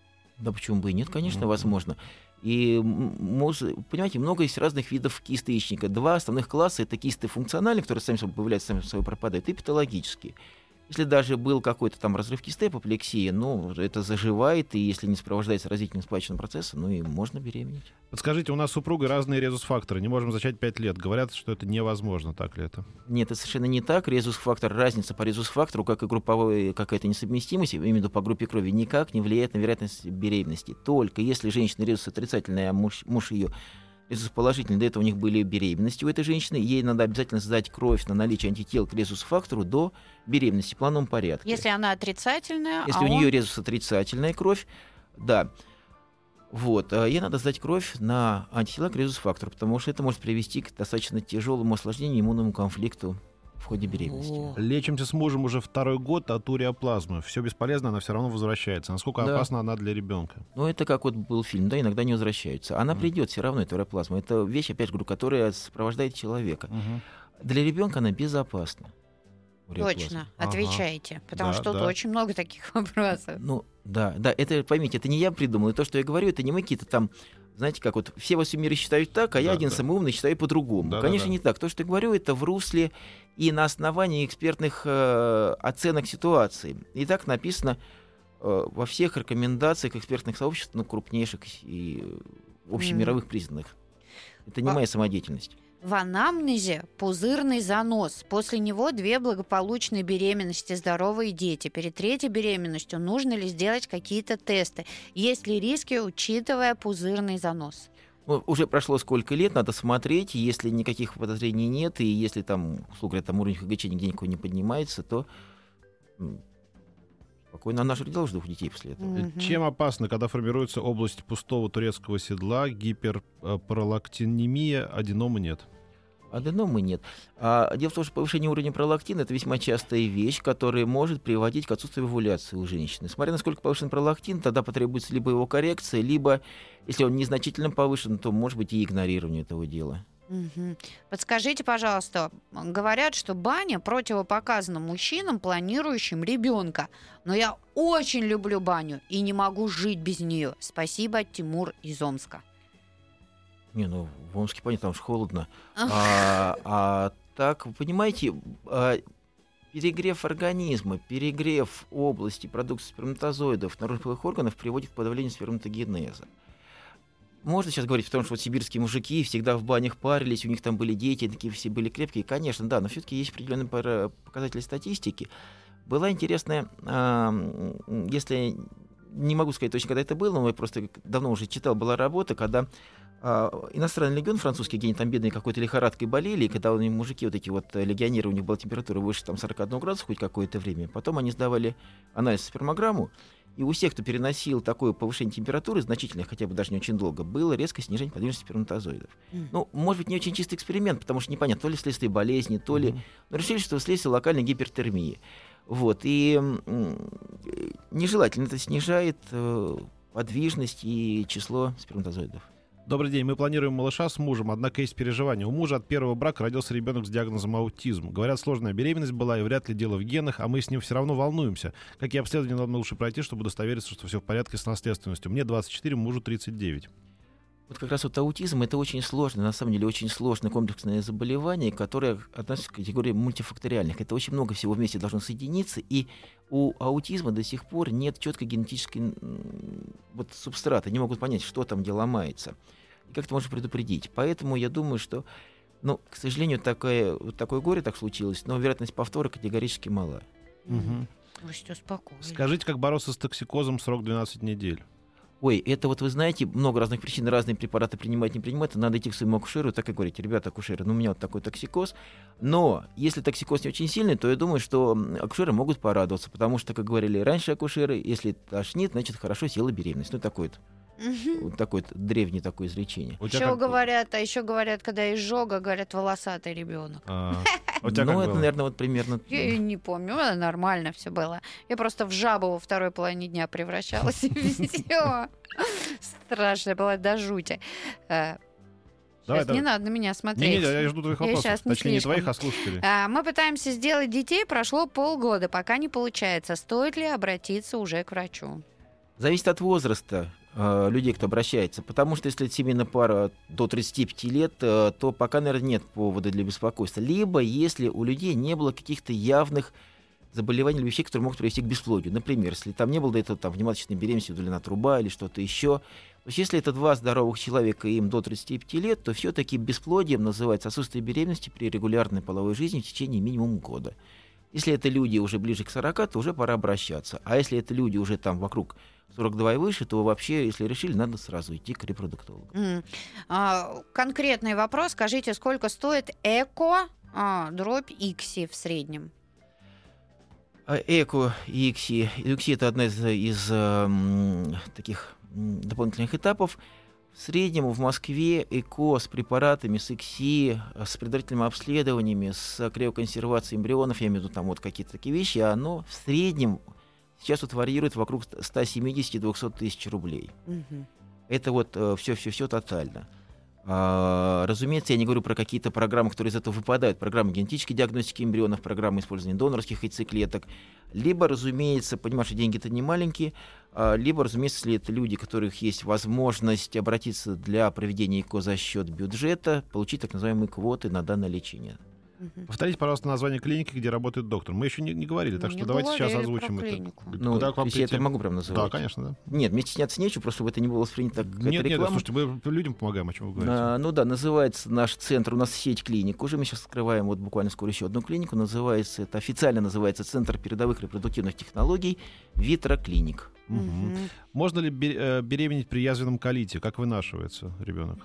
D: Да почему бы и нет, конечно,
B: Mm-hmm.
D: возможно. И, понимаете, много есть разных видов кисты яичника. Два основных класса — это кисты функциональные, которые сами собой появляются, сами собой пропадают, и патологические. Если даже был какой-то там разрыв кисты, апоплексия, ну, это заживает, и если не сопровождается развитием спадочного процесса, ну и можно беременеть.
B: Подскажите, у нас с супругой разные резус-факторы, не можем зачать пять лет. Говорят, что это невозможно, так ли это?
D: Нет, это совершенно не так. Резус-фактор, разница по резус-фактору, как и групповая какая-то несовместимость, имею в виду по группе крови, никак не влияет на вероятность беременности. Только если женщина резус отрицательная, а муж, муж ее резус положительный, до этого у них были беременности у этой женщины, ей надо обязательно сдать кровь на наличие антител к резус-фактору до беременности в плановом порядке.
C: Если она отрицательная,
D: Если
C: а
D: у
C: он...
D: нее резус отрицательная кровь, да, вот, ей надо сдать кровь на антитела к резус-фактору, потому что это может привести к достаточно тяжелому осложнению, иммунному конфликту в ходе беременности.
C: О.
B: Лечимся с мужем уже второй год от уреоплазмы. Все бесполезно, она все равно возвращается. Насколько
D: Да.
B: опасна она для ребенка?
D: Ну, это как вот был фильм, да, иногда не возвращаются. Она
B: Мгм.
D: придет все равно, эта уреоплазма. Это вещь, опять же говорю, которая сопровождает человека. Для ребенка она безопасна. уреоплазма.
C: Точно,
B: Ага.
C: отвечайте, потому
B: Да,
C: что тут
B: да.
C: очень много таких вопросов.
D: Ну, да, да, это, поймите, это не я придумал. И то, что я говорю, это не мы какие-то там, знаете, как вот все во всем мире считают так, а я
B: Да,
D: один
B: да.
D: самый умный считаю по-другому.
B: Да, да,
D: Конечно,
B: да.
D: не так. То, что я говорю, это в русле и на основании экспертных э, оценок ситуации. И так написано э, во всех рекомендациях экспертных сообществ, ну, крупнейших и э, общемировых признанных. Это не
C: А-
D: моя самодеятельность.
C: В анамнезе пузырный занос. После него две благополучные беременности, здоровые дети. Перед третьей беременностью нужно ли сделать какие-то тесты? Есть ли риски, учитывая пузырный занос?
D: Ну, уже прошло сколько лет, надо смотреть, и если никаких подозрений нет, и если там, условно говоря, там уровень ХГЧ нигде никакой не поднимается, то м, спокойно на наш родил жду детей после этого.
C: Мгм.
B: Чем опасно, когда формируется область пустого турецкого седла, гиперпролактинемия, аденомы нет?
D: Аденомы нет. А дело в том, что повышение уровня пролактина — это весьма частая вещь, которая может приводить к отсутствию овуляции у женщины. Смотря насколько повышен пролактин, тогда потребуется либо его коррекция, либо, если он незначительно повышен, то, может быть, и игнорирование этого дела.
C: Мгм. Подскажите, пожалуйста, говорят, что баня противопоказана мужчинам, планирующим ребенка. Но я очень люблю баню и не могу жить без нее. Спасибо, Тимур из Омска.
D: Не, ну, в Омске, понятно, там же холодно. А, а так, вы понимаете, а, перегрев организма, перегрев области продукции сперматозоидов, наружных половых органов приводит к подавлению сперматогенеза. Можно сейчас говорить, потому что вот сибирские мужики всегда в банях парились, у них там были дети, такие все были крепкие. Конечно, да, но все-таки есть определенные пара- показатели статистики. Была интересная, а, м, если не могу сказать точно, когда это было, но я просто давно уже читал, была работа, когда а, иностранный легион французский, где они там бедные какой-то лихорадкой болели, и когда у них мужики, вот эти вот э, легионеры, у них была температура выше там, сорок один градус хоть какое-то время, потом они сдавали анализ спермограмму, и у всех, кто переносил такое повышение температуры, значительное, хотя бы даже не очень долго, было резкое снижение подвижности сперматозоидов.
C: Мгм.
D: Ну, может быть, не очень чистый эксперимент, потому что непонятно, то ли вследствие болезни, то ли...
B: Мгм.
D: Но решили, что вследствие локальной гипертермии. Вот, и м, э, нежелательно это снижает э, подвижность и число сперматозоидов.
B: Добрый день. Мы планируем малыша с мужем, однако есть переживания. У мужа от первого брака родился ребенок с диагнозом аутизм. Говорят, сложная беременность была, и вряд ли дело в генах, а мы с ним все равно волнуемся. Какие обследования нам лучше пройти, чтобы удостовериться, что все в порядке с наследственностью? Мне двадцать четыре, мужу тридцать девять.
D: Вот как раз вот аутизм — это очень сложное, на самом деле очень сложное комплексное заболевание, которое относится к категории мультифакториальных. Это очень много всего вместе должно соединиться, и у аутизма до сих пор нет четкой генетической м, вот, субстрата, не могут понять, что там где ломается, и как это можно предупредить. Поэтому я думаю, что, ну, к сожалению, такое, вот такое горе так случилось, но вероятность повтора категорически мала.
C: Мгм. Вы все успокоили.
B: Скажите, как бороться с токсикозом, срок двенадцать недель?
D: Ой, это вот вы знаете, много разных причин, разные препараты принимать, не принимать, надо идти к своему акушеру, так и говорить: ребята, акушеры, ну у меня вот такой токсикоз, но если токсикоз не очень сильный, то я думаю, что м, акушеры могут порадоваться, потому что, как говорили раньше акушеры, если тошнит, значит хорошо села беременность. Ну такое вот,
C: Мгм.
D: вот такое вот древнее такое изречение.
B: У тебя
C: Еще
B: как-
C: говорят, а еще говорят, когда изжога, говорят, волосатый ребенок.
B: А, у тебя
D: Ну
B: как
D: это,
B: было?
D: наверное, вот примерно...
C: Я и не помню, э, нормально все было. Я просто в жабу во второй половине дня превращалась, и все. Страшно было до жути. Э,
B: Давай,
C: Сейчас не
B: давай.
C: надо на меня смотреть.
B: Не-не, я жду твоих
C: Я
B: вопросов.
C: щас не
B: Точнее, не
C: слишком.
B: твоих, а слушателей.
C: А, Мы пытаемся сделать детей, прошло полгода, пока не получается. Стоит ли обратиться уже к врачу?
D: Зависит от возраста э, людей, кто обращается. Потому что если это семейная пара до тридцати пяти лет, э, то пока, наверное, нет повода для беспокойства. Либо если у людей не было каких-то явных заболеваний или вещей, которые могут привести к бесплодию. Например, если там не было до этого там, внематочной беременности, удалена труба или что-то еще. То есть если это два здоровых человека, и им до тридцати пяти лет, то все-таки бесплодием называется отсутствие беременности при регулярной половой жизни в течение минимум года. Если это люди уже ближе к сорока, то уже пора обращаться. А если это люди уже там вокруг сорок два и выше, то вообще, если решили, надо сразу идти к репродуктологу.
C: М. А, Конкретный вопрос. Скажите, сколько стоит эко а, дробь икси в среднем?
D: А Эко и ИКСИ. ИКСИ — это одна из, из м, таких м, дополнительных этапов. В среднем в Москве ЭКО с препаратами, с ИКСИ, с предварительными обследованиями, с криоконсервацией эмбрионов, я имею в виду там вот какие-то такие вещи, оно в среднем сейчас вот варьирует вокруг сто семьдесят - двести тысяч рублей.
C: Мгм. Это
D: Это вот все-все-все тотально. А, разумеется, я не говорю про какие-то программы, которые из этого выпадают. Программы генетической диагностики эмбрионов, программы использования донорских яйцеклеток. Либо, разумеется, понимаешь, что деньги-то не маленькие, а, либо, разумеется, если это люди, у которых есть возможность обратиться для проведения ЭКО за счет бюджета, получить так называемые квоты на данное лечение.
C: Мгм.
B: Повторите, пожалуйста, название клиники, где работает доктор. Мы еще не, не говорили, так
C: Не
B: что давайте сейчас
C: говорили
B: озвучим
C: про
B: это.
C: клинику.
D: Ну,
B: Куда к вам
D: если я
B: прийти?
D: это могу прям называть.
B: Да, конечно, да.
D: Нет, мне стесняться нечего, просто чтобы это не было воспринято как какая-то
B: Нет, нет,
D: реклама.
B: слушайте, мы людям помогаем, о чем вы говорите.
D: А, ну да, называется наш центр, у нас сеть клиник. Уже мы сейчас открываем вот буквально скоро еще одну клинику. Называется, это официально называется Центр передовых репродуктивных технологий Витра Клиник.
B: Мгм.
C: Мгм.
B: Можно ли бе- э, беременеть при язвенном колите? Как вынашивается ребенок?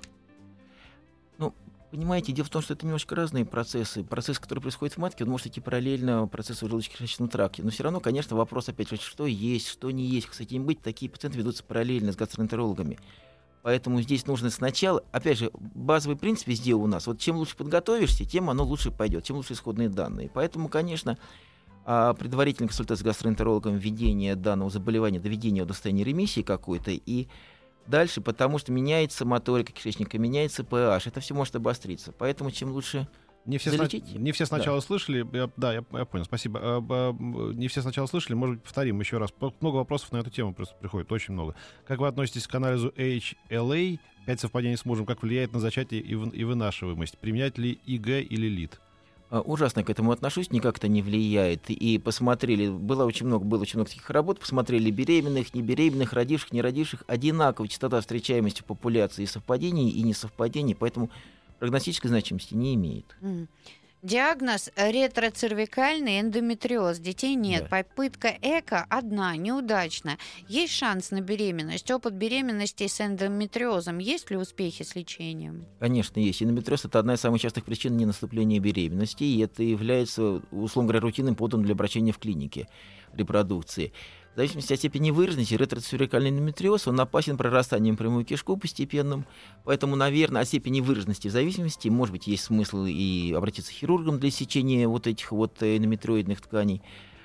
D: Понимаете, дело в том, что это немножко разные процессы. Процесс, который происходит в матке, он может идти параллельно процессу в желудочно-кишечном тракте. Но все равно, конечно, вопрос опять же, что есть, что не есть. Кстати, им быть, такие пациенты ведутся параллельно с гастроэнтерологами. Поэтому здесь нужно сначала, опять же, базовый принцип везде у нас. Вот чем лучше подготовишься, тем оно лучше пойдет, чем лучше исходные данные. Поэтому, конечно, а, предварительная консультация с гастроэнтерологом, введение данного заболевания, доведение до состояния ремиссии какой-то и дальше, потому что меняется моторика кишечника, меняется pH, это все может обостриться. Поэтому чем лучше...
B: Не все, сна-
D: Залетите?
B: не все сначала слышали. Я- да, я, я понял, спасибо. А, а, м, не все сначала слышали, может быть, повторим еще раз. По- Много вопросов на эту тему просто приходит, очень много. Как вы относитесь к анализу эйч эл эй, пять совпадений с мужем, как влияет на зачатие и, вы- и вынашиваемость? Применять ли ИГ или ЛИД?
D: А, Ужасно к этому отношусь, никак это не влияет. И посмотрели, было очень много, было очень много таких работ, посмотрели беременных, небеременных, родивших, не родивших, одинаковая частота встречаемости популяции совпадений и несовпадений, поэтому прогностической значимости не имеет.
C: Мгм. Диагноз ретроцервикальный эндометриоз. Детей нет.
D: Да.
C: Попытка ЭКО одна, неудачная. Есть шанс на беременность? Опыт беременности с эндометриозом. Есть ли успехи с лечением?
D: Конечно, есть. Эндометриоз — это одна из самых частых причин ненаступления беременности, и это является, условно говоря, рутинным подом для обращения в клинике репродукции. В зависимости от степени выраженности, ретроцервикальный эндометриоз, он опасен прорастанием в прямую кишку постепенным, поэтому, наверное, от степени выраженности в зависимости, может быть, есть смысл и обратиться к хирургам для сечения вот этих вот эндометриоидных тканей,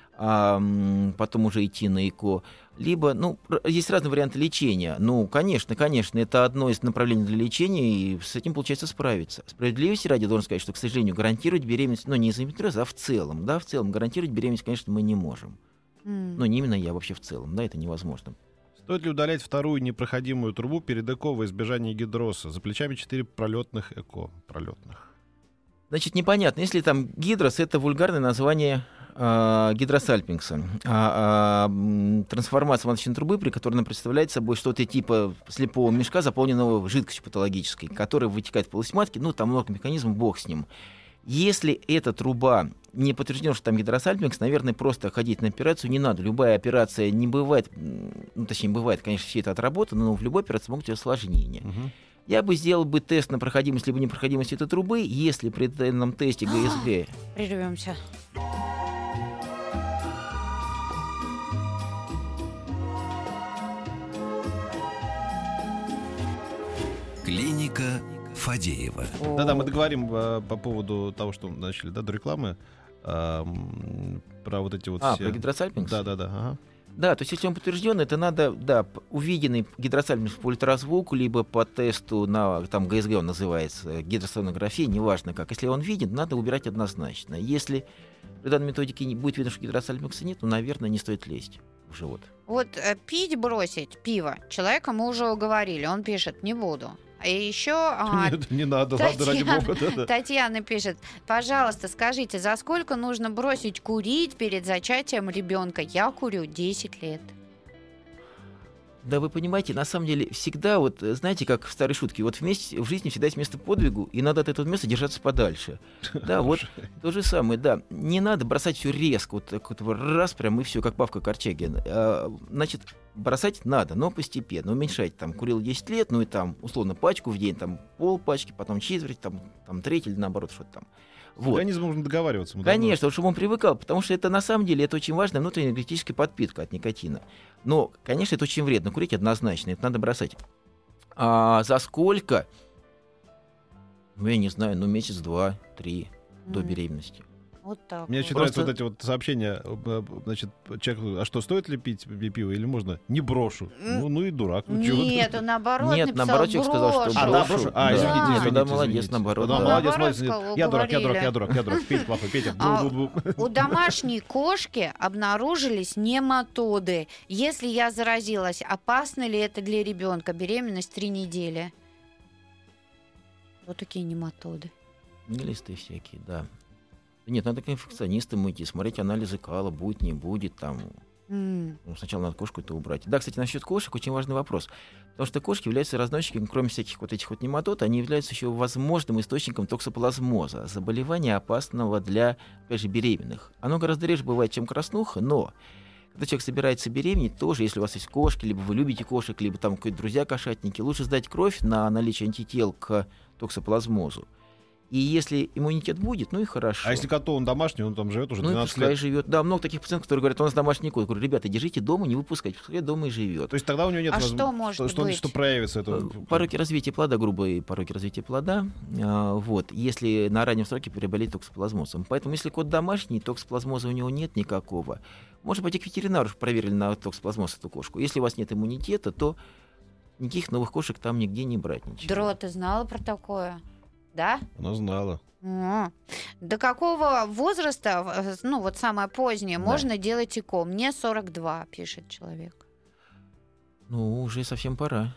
D: а м, потом уже идти на ЭКО. Либо, ну, р- есть разные варианты лечения. Ну, конечно, конечно, это одно из направлений для лечения, и с этим получается справиться. Справедливости ради должен сказать, что, к сожалению, гарантировать беременность, ну, не из-за эндометриоза, а в целом, да, в целом гарантировать беременность, конечно, мы не можем.
C: М.
D: Но не именно я, вообще в целом, да, это невозможно.
B: Стоит ли удалять вторую непроходимую трубу перед ЭКО во избежание гидроса? За плечами четыре пролетных ЭКО. Пролетных.
D: Значит, непонятно, если там гидрос, это вульгарное название э, гидросальпингса. А, а, м, трансформация маточной трубы, при которой она представляет собой что-то типа слепого мешка, заполненного жидкостью патологической, которая вытекает в полость матки, ну, там много механизмов, бог с ним. Если эта труба не подтверждена, что там гидросальпингс, наверное, просто ходить на операцию не надо. Любая операция не бывает, м, ну, точнее, бывает, конечно, все это отработано, но в любой операции могут быть осложнения.
B: Мгм.
D: Я бы сделал бы тест на проходимость либо непроходимость этой трубы, если при данном тесте ГСГ
C: Прервемся.
A: Клиника Фадеева.
B: Да-да, мы договорим э, по поводу того, что начали, да, до рекламы. а, м, про вот эти вот
D: А,
B: все...
D: про гидросальпингс?
B: Да-да-да. Ага.
D: Да, то есть если он подтвержден, это надо, да, п- увиденный гидросальпингс по ультразвуку, либо по тесту на, там, ГСГ он называется, гидросонография, неважно как. Если он виден, надо убирать однозначно. Если при данной методике не будет видно, что гидросальпингса нет, ну, наверное, не стоит лезть в живот.
C: Вот э, пить бросить пиво человека мы уже уговорили. Он пишет, не буду. И еще а,
B: Нет, не надо, ладно, ради
C: Татьяна,
B: бога. да-да.
C: Татьяна пишет, пожалуйста, скажите, за сколько нужно бросить курить перед зачатием ребенка? Я курю десять лет.
D: Да, вы понимаете, на самом деле всегда, вот знаете, как в старой шутке, вот вместе, в жизни всегда есть место подвигу, и надо от этого места держаться подальше. Да, вот то же самое, да. Не надо бросать все резко, вот так вот раз прям и все, как Павка Корчагин. А, значит, бросать надо, но постепенно, уменьшать. Там курил десять лет, ну и там условно пачку в день, там пол пачки, потом четверть, там, там треть или наоборот что-то там. Вот.
B: Организм нужно договариваться. мы давно-
D: Конечно, чтобы он привыкал, потому что это на самом деле это очень важная внутренняя энергетическая подпитка от никотина. Но, конечно, это очень вредно. Курить однозначно, это надо бросать. А за сколько? Ну, я не знаю, ну, месяц, два, три
C: Мгм.
D: до беременности.
C: Вот так.
B: Мне
C: вот.
B: очень
D: Просто-
B: нравятся вот эти вот сообщения. э, Значит, человек, а что, стоит ли пить пиво или можно? Не брошу.
C: М.
B: Ну, ну и дурак. Ну, чего ты?
C: Нет, он наоборот
D: Нет,
C: написал,
D: наоборот, человек сказал, что
C: брошу.
B: А, да, брошу? А,
D: Да.
B: извините,
C: Да.
B: извините.
D: Тогда молодец,
B: извините.
D: наоборот,
B: Да,
D: да.
B: молодец,
C: Наоборот
B: молодец.
C: сказал,
B: Я дурак, я дурак,
C: уговорили.
B: я дурак, я дурак. Петя плохой, Петя.
C: А,
B: Бу-бу-бу.
C: У домашней кошки обнаружились нематоды. Если я заразилась, опасно ли это для ребенка? Беременность три недели. Вот такие нематоды.
D: Глисты всякие, да. Нет, надо к инфекционистам идти, смотреть анализы кала, будет, не будет, там.
C: М.
D: Ну, сначала надо кошку это убрать. Да, кстати, насчет кошек очень важный вопрос. Потому что кошки являются разносчиками, кроме всяких вот этих вот нематод, они являются еще возможным источником токсоплазмоза, заболевания опасного для, опять же, беременных. Оно гораздо реже бывает, чем краснуха, но когда человек собирается беременеть, тоже, если у вас есть кошки, либо вы любите кошек, либо там какие-то друзья-кошатники, лучше сдать кровь на наличие антител к токсоплазмозу. И если иммунитет будет, ну и хорошо.
B: А если коту он домашний, он там живет уже
D: Ну и
B: двенадцать
D: пускай
B: лет.
D: живет. Да, много таких пациентов, которые говорят, у нас домашний кот. Я говорю, ребята, держите дома, не выпускайте, пускай дома и живет.
B: То есть тогда у него нет
C: А
B: воз-
C: что может
B: что, что,
C: быть?
B: что проявится это?
D: Пороки развития плода, грубые пороки развития плода, а, вот, если на раннем сроке переболеть токсоплазмозом. Поэтому, если кот домашний, токсоплазмоза у него нет никакого, можно пойти к ветеринару, чтобы проверили на токсоплазмоз эту кошку. Если у вас нет иммунитета, то никаких новых кошек там нигде не брать ничего.
C: Дро, ты знала про такое? Да?
B: Она знала.
C: М. До какого возраста, э, ну вот самое позднее,
D: Да.
C: можно делать ЭКО? Мне сорок два, пишет человек.
D: Ну, уже совсем пора.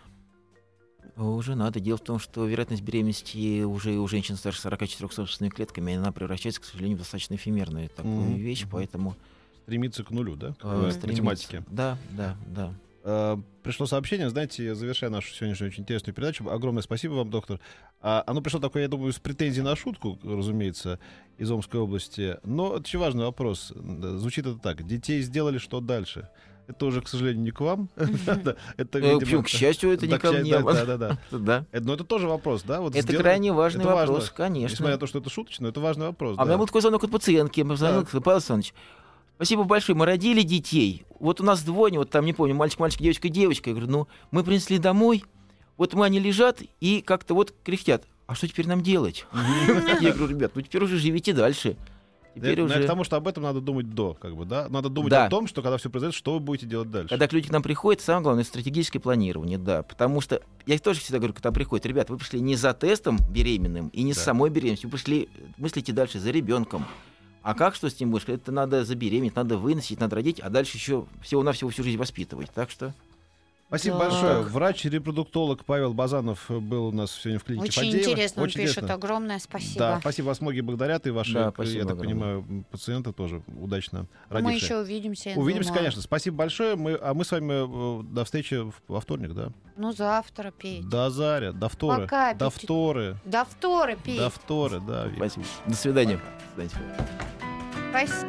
D: Уже надо. Дело в том, что вероятность беременности уже у женщин старше сорока четырёх собственными клетками, она превращается, к сожалению, в достаточно эфемерную такую
B: Мгм.
D: вещь,
B: Мгм.
D: поэтому...
B: Стремится к нулю, да?
D: э,
B: В
D: стремиться-
B: математике.
D: Да, да, да.
B: Э, Пришло сообщение, знаете, завершая нашу сегодняшнюю очень интересную передачу. Огромное спасибо вам, доктор. А, Оно пришло такое, я думаю, с претензией на шутку, разумеется, из Омской области. Но это очень важный вопрос. Да, звучит это так. Детей сделали, что дальше? Это уже, к сожалению, не к вам. Да, это,
D: Э,
B: видимо,
D: почему, к счастью, это
B: да,
D: не
B: к
D: ко
B: счастью,
D: мне.
B: Да, да, да.
D: Да.
B: Это- Но это тоже вопрос, да? Вот
D: Это
B: сделали-
D: крайне важный
B: это важно.
D: вопрос, конечно.
B: Несмотря на то, что это шуточно, это важный вопрос.
D: А у меня
B: да.
D: был такой звонок от пациентки. Я позвонил, сказал, Павел Александрович, спасибо большое, мы родили детей. Вот у нас двое, вот там, не помню, мальчик, мальчик, девочка, девочка. Я говорю, ну, мы принесли домой, вот мы, они лежат и как-то вот кряхтят. А что теперь нам делать? Я говорю, ребят, ну теперь уже живите дальше. Теперь
B: Да, ну,
D: уже...
B: к тому, что об этом надо думать до, как бы, да? Надо думать
D: Да.
B: о том, что когда все произойдет, что вы будете делать дальше.
D: Когда люди к нам приходят, самое главное — стратегическое планирование, да. Потому что я тоже всегда говорю, когда приходят, ребят, вы пришли не за тестом беременным и не
B: Да.
D: с самой беременностью, вы пришли, мыслите дальше за ребенком. А как что с ним будешь? Это надо забеременеть, надо выносить, надо родить, а дальше еще всего-навсего всю жизнь воспитывать. Так что
B: Спасибо
C: Да.
B: большое. Врач-репродуктолог Павел Базанов был у нас сегодня в клинике
C: Очень
B: Фадеева.
C: интересно, он
B: Очень
C: пишет.
B: интересно.
C: Огромное спасибо.
B: Да, спасибо, вас многие благодарят, и ваши,
D: Да,
B: я
D: спасибо
B: так
D: огромное.
B: понимаю, пациенты тоже удачно
C: Мы
B: родившие.
C: еще увидимся. я
B: Увидимся,
C: думаю.
B: конечно. Спасибо большое. Мы, а мы с вами э, до встречи в- во вторник, да?
C: Ну, завтра, Петь.
B: До заря, до вторы.
C: Пока,
B: До
C: Петя.
B: вторы.
C: До вторы, Петь.
B: До вторы, да. Вик.
D: спасибо. До свидания. До свидания.
C: Спасибо.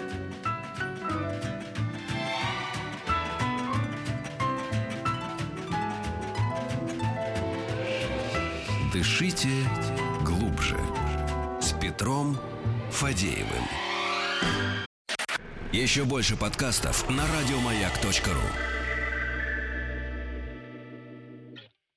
A: Дышите глубже. С Петром Фадеевым. Еще больше подкастов на радиомаяк точка ру.